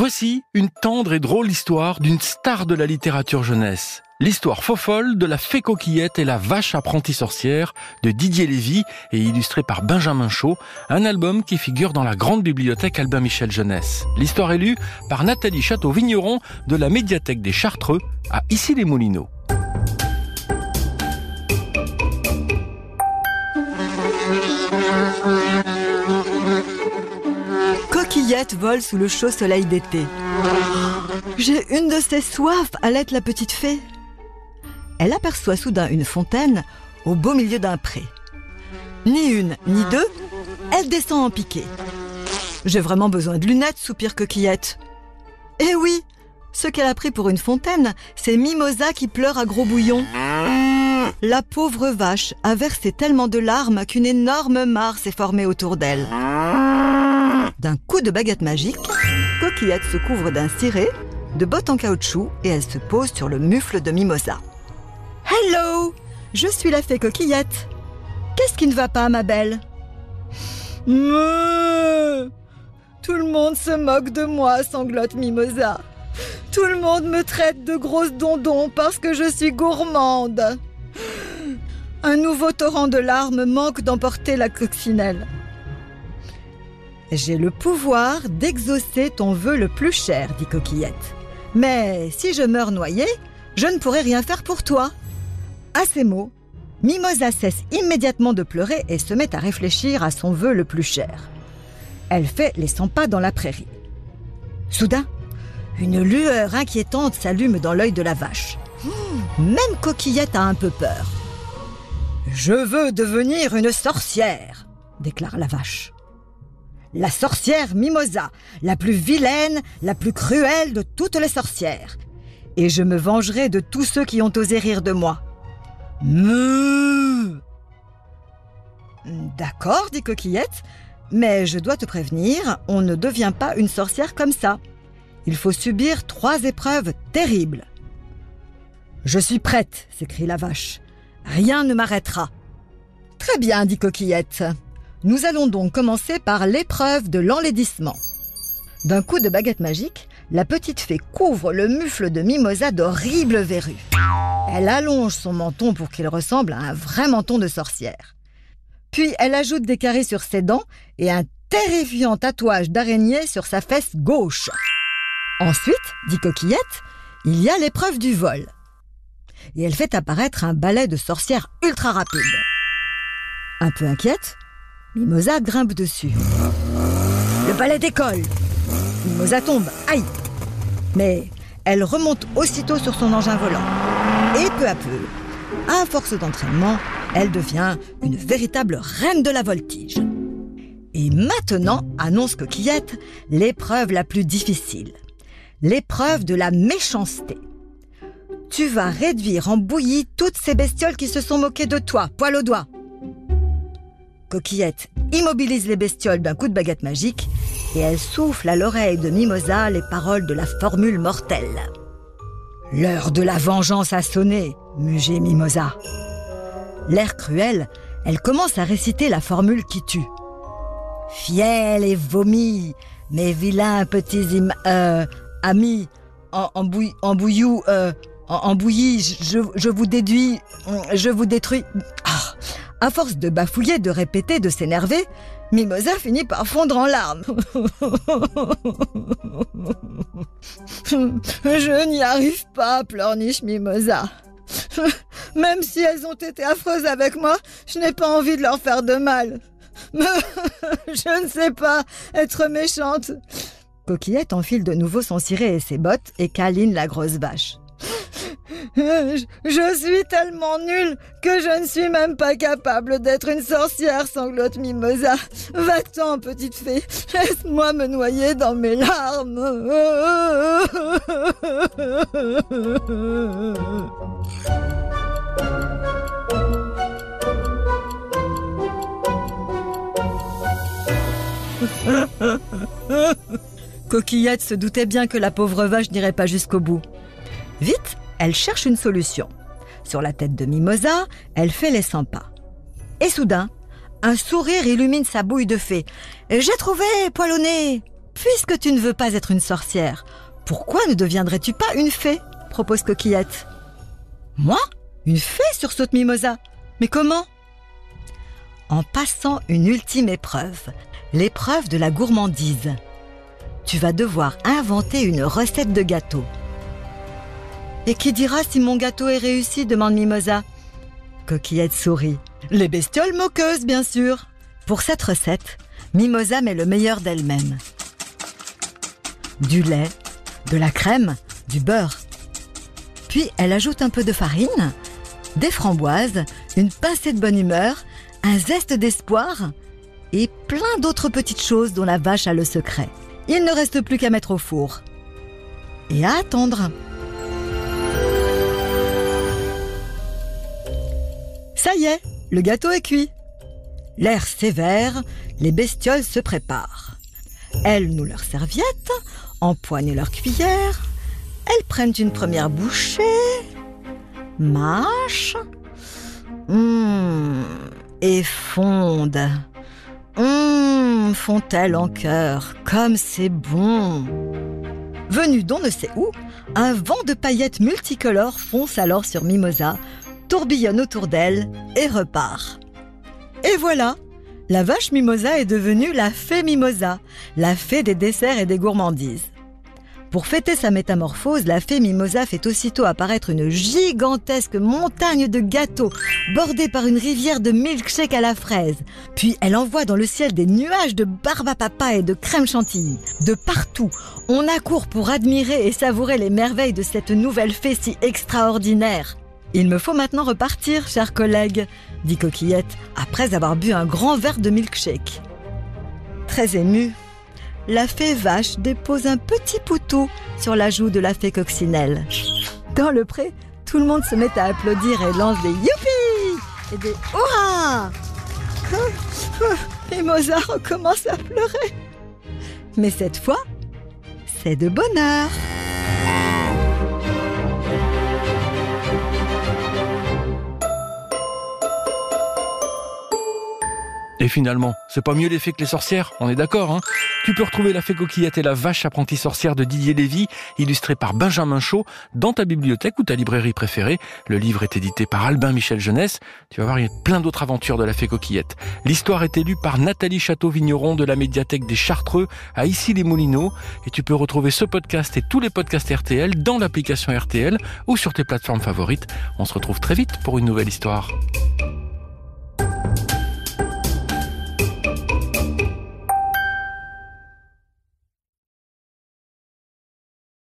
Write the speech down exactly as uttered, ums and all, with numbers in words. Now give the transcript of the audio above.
Voici une tendre et drôle histoire d'une star de la littérature jeunesse. L'histoire faux-folle de la fée coquillette et la vache apprentie sorcière de Didier Lévy et illustrée par Benjamin Chaud, un album qui figure dans la grande bibliothèque Albin Michel Jeunesse. L'histoire est lue par Nathalie Château-Vigneron de la médiathèque des Chartreux à Issy-les-Moulineaux. Coquillette vole sous le chaud soleil d'été. J'ai une de ces soifs, allait la petite fée. Elle aperçoit soudain une fontaine au beau milieu d'un pré. Ni une, ni deux, elle descend en piqué. J'ai vraiment besoin de lunettes, soupire Coquillette. Eh oui, ce qu'elle a pris pour une fontaine, c'est Mimosa qui pleure à gros bouillons. La pauvre vache a versé tellement de larmes qu'une énorme mare s'est formée autour d'elle. D'un coup de baguette magique, Coquillette se couvre d'un ciré, de bottes en caoutchouc et elle se pose sur le mufle de Mimosa. « Hello, je suis la fée Coquillette. Qu'est-ce qui ne va pas, ma belle ?»« Meuh, tout le monde se moque de moi, sanglote Mimosa. Tout le monde me traite de grosse dondon parce que je suis gourmande. Un nouveau torrent de larmes manque d'emporter la coccinelle. J'ai le pouvoir d'exaucer ton vœu le plus cher, dit Coquillette. Mais si je meurs noyée, je ne pourrai rien faire pour toi. À ces mots, Mimosa cesse immédiatement de pleurer et se met à réfléchir à son vœu le plus cher. Elle fait les cent pas dans la prairie. Soudain, une lueur inquiétante s'allume dans l'œil de la vache. Même Coquillette a un peu peur. « Je veux devenir une sorcière », déclare la vache. La sorcière Mimosa, la plus vilaine, la plus cruelle de toutes les sorcières. Et je me vengerai de tous ceux qui ont osé rire de moi. Meuh. D'accord, dit Coquillette, mais je dois te prévenir, on ne devient pas une sorcière comme ça. Il faut subir trois épreuves terribles. Je suis prête, s'écrie la vache. Rien ne m'arrêtera. Très bien, dit Coquillette. Nous allons donc commencer par l'épreuve de l'enlaidissement. D'un coup de baguette magique, la petite fée couvre le mufle de Mimosa d'horribles verrues. Elle allonge son menton pour qu'il ressemble à un vrai menton de sorcière. Puis elle ajoute des carrés sur ses dents et un terrifiant tatouage d'araignée sur sa fesse gauche. Ensuite, dit Coquillette, il y a l'épreuve du vol. Et elle fait apparaître un balai de sorcière ultra rapide. Un peu inquiète, Mimosa grimpe dessus. Le balai décolle. Mimosa tombe. Aïe! Mais elle remonte aussitôt sur son engin volant. Et peu à peu, à force d'entraînement, elle devient une véritable reine de la voltige. Et maintenant, annonce Coquillette, l'épreuve la plus difficile. L'épreuve de la méchanceté. Tu vas réduire en bouillie toutes ces bestioles qui se sont moquées de toi, poil au doigt. Coquillette immobilise les bestioles d'un coup de baguette magique et elle souffle à l'oreille de Mimosa les paroles de la formule mortelle. L'heure de la vengeance a sonné, mugit Mimosa. L'air cruel, elle commence à réciter la formule qui tue. Fiel et vomi, mes vilains petits im, euh, amis, en, en, bouille, en bouillou, euh, en, en bouillie, je, je vous déduis, je vous détruis. Ah. À force de bafouiller, de répéter, de s'énerver, Mimosa finit par fondre en larmes. Je n'y arrive pas, pleurniche Mimosa. Même si elles ont été affreuses avec moi, je n'ai pas envie de leur faire de mal. Je ne sais pas être méchante. Coquillette enfile de nouveau son ciré et ses bottes et câline la grosse vache. Je, je suis tellement nulle que je ne suis même pas capable d'être une sorcière, sanglote Mimosa. Va-t'en, petite fée, laisse-moi me noyer dans mes larmes. Coquillette se doutait bien que la pauvre vache n'irait pas jusqu'au bout. Vite, elle cherche une solution. Sur la tête de Mimosa, elle fait les cent pas. Et soudain, un sourire illumine sa bouille de fée. « J'ai trouvé, poil au nez !» Puisque tu ne veux pas être une sorcière, pourquoi ne deviendrais-tu pas une fée ? Propose Coquillette. Moi ? Une fée ? Sursaute Mimosa. Mais comment ? En passant une ultime épreuve, l'épreuve de la gourmandise. Tu vas devoir inventer une recette de gâteau. Et qui dira si mon gâteau est réussi ? Demande Mimosa. Coquillette sourit. Les bestioles moqueuses, bien sûr. Pour cette recette, Mimosa met le meilleur d'elle-même. Du lait, de la crème, du beurre. Puis elle ajoute un peu de farine, des framboises, une pincée de bonne humeur, un zeste d'espoir et plein d'autres petites choses dont la vache a le secret. Il ne reste plus qu'à mettre au four. Et à attendre. Ça y est, le gâteau est cuit. L'air sévère, les bestioles se préparent. Elles nouent leurs serviettes, empoignent leurs cuillères, elles prennent une première bouchée, mâchent, mmh, et fondent. Mmh, font-elles en chœur, comme c'est bon. Venu d'on ne sait où, un vent de paillettes multicolores fonce alors sur Mimosa, tourbillonne autour d'elle et repart. Et voilà, la vache Mimosa est devenue la fée Mimosa, la fée des desserts et des gourmandises. Pour fêter sa métamorphose, la fée Mimosa fait aussitôt apparaître une gigantesque montagne de gâteaux bordée par une rivière de milkshake à la fraise. Puis elle envoie dans le ciel des nuages de barbe à papa et de crème chantilly. De partout, on accourt pour admirer et savourer les merveilles de cette nouvelle fée si extraordinaire. Il me faut maintenant repartir, chers collègues, dit Coquillette, après avoir bu un grand verre de milkshake. Très émue, la fée vache dépose un petit poutou sur la joue de la fée coccinelle. Dans le pré, tout le monde se met à applaudir et lance des youpi et des hurrah. Mimosa recommence à pleurer. Mais cette fois, c'est de bonheur. Et finalement, c'est pas mieux les fées que les sorcières, on est d'accord, hein ? Tu peux retrouver La Fée Coquillette et la vache apprentie sorcière de Didier Lévy, illustré par Benjamin Chaud, dans ta bibliothèque ou ta librairie préférée. Le livre est édité par Albin Michel Jeunesse. Tu vas voir, il y a plein d'autres aventures de La Fée Coquillette. L'histoire est élue par Nathalie Château-Vigneron de la médiathèque des Chartreux à Issy-les-Moulineaux. Et tu peux retrouver ce podcast et tous les podcasts R T L dans l'application R T L ou sur tes plateformes favorites. On se retrouve très vite pour une nouvelle histoire.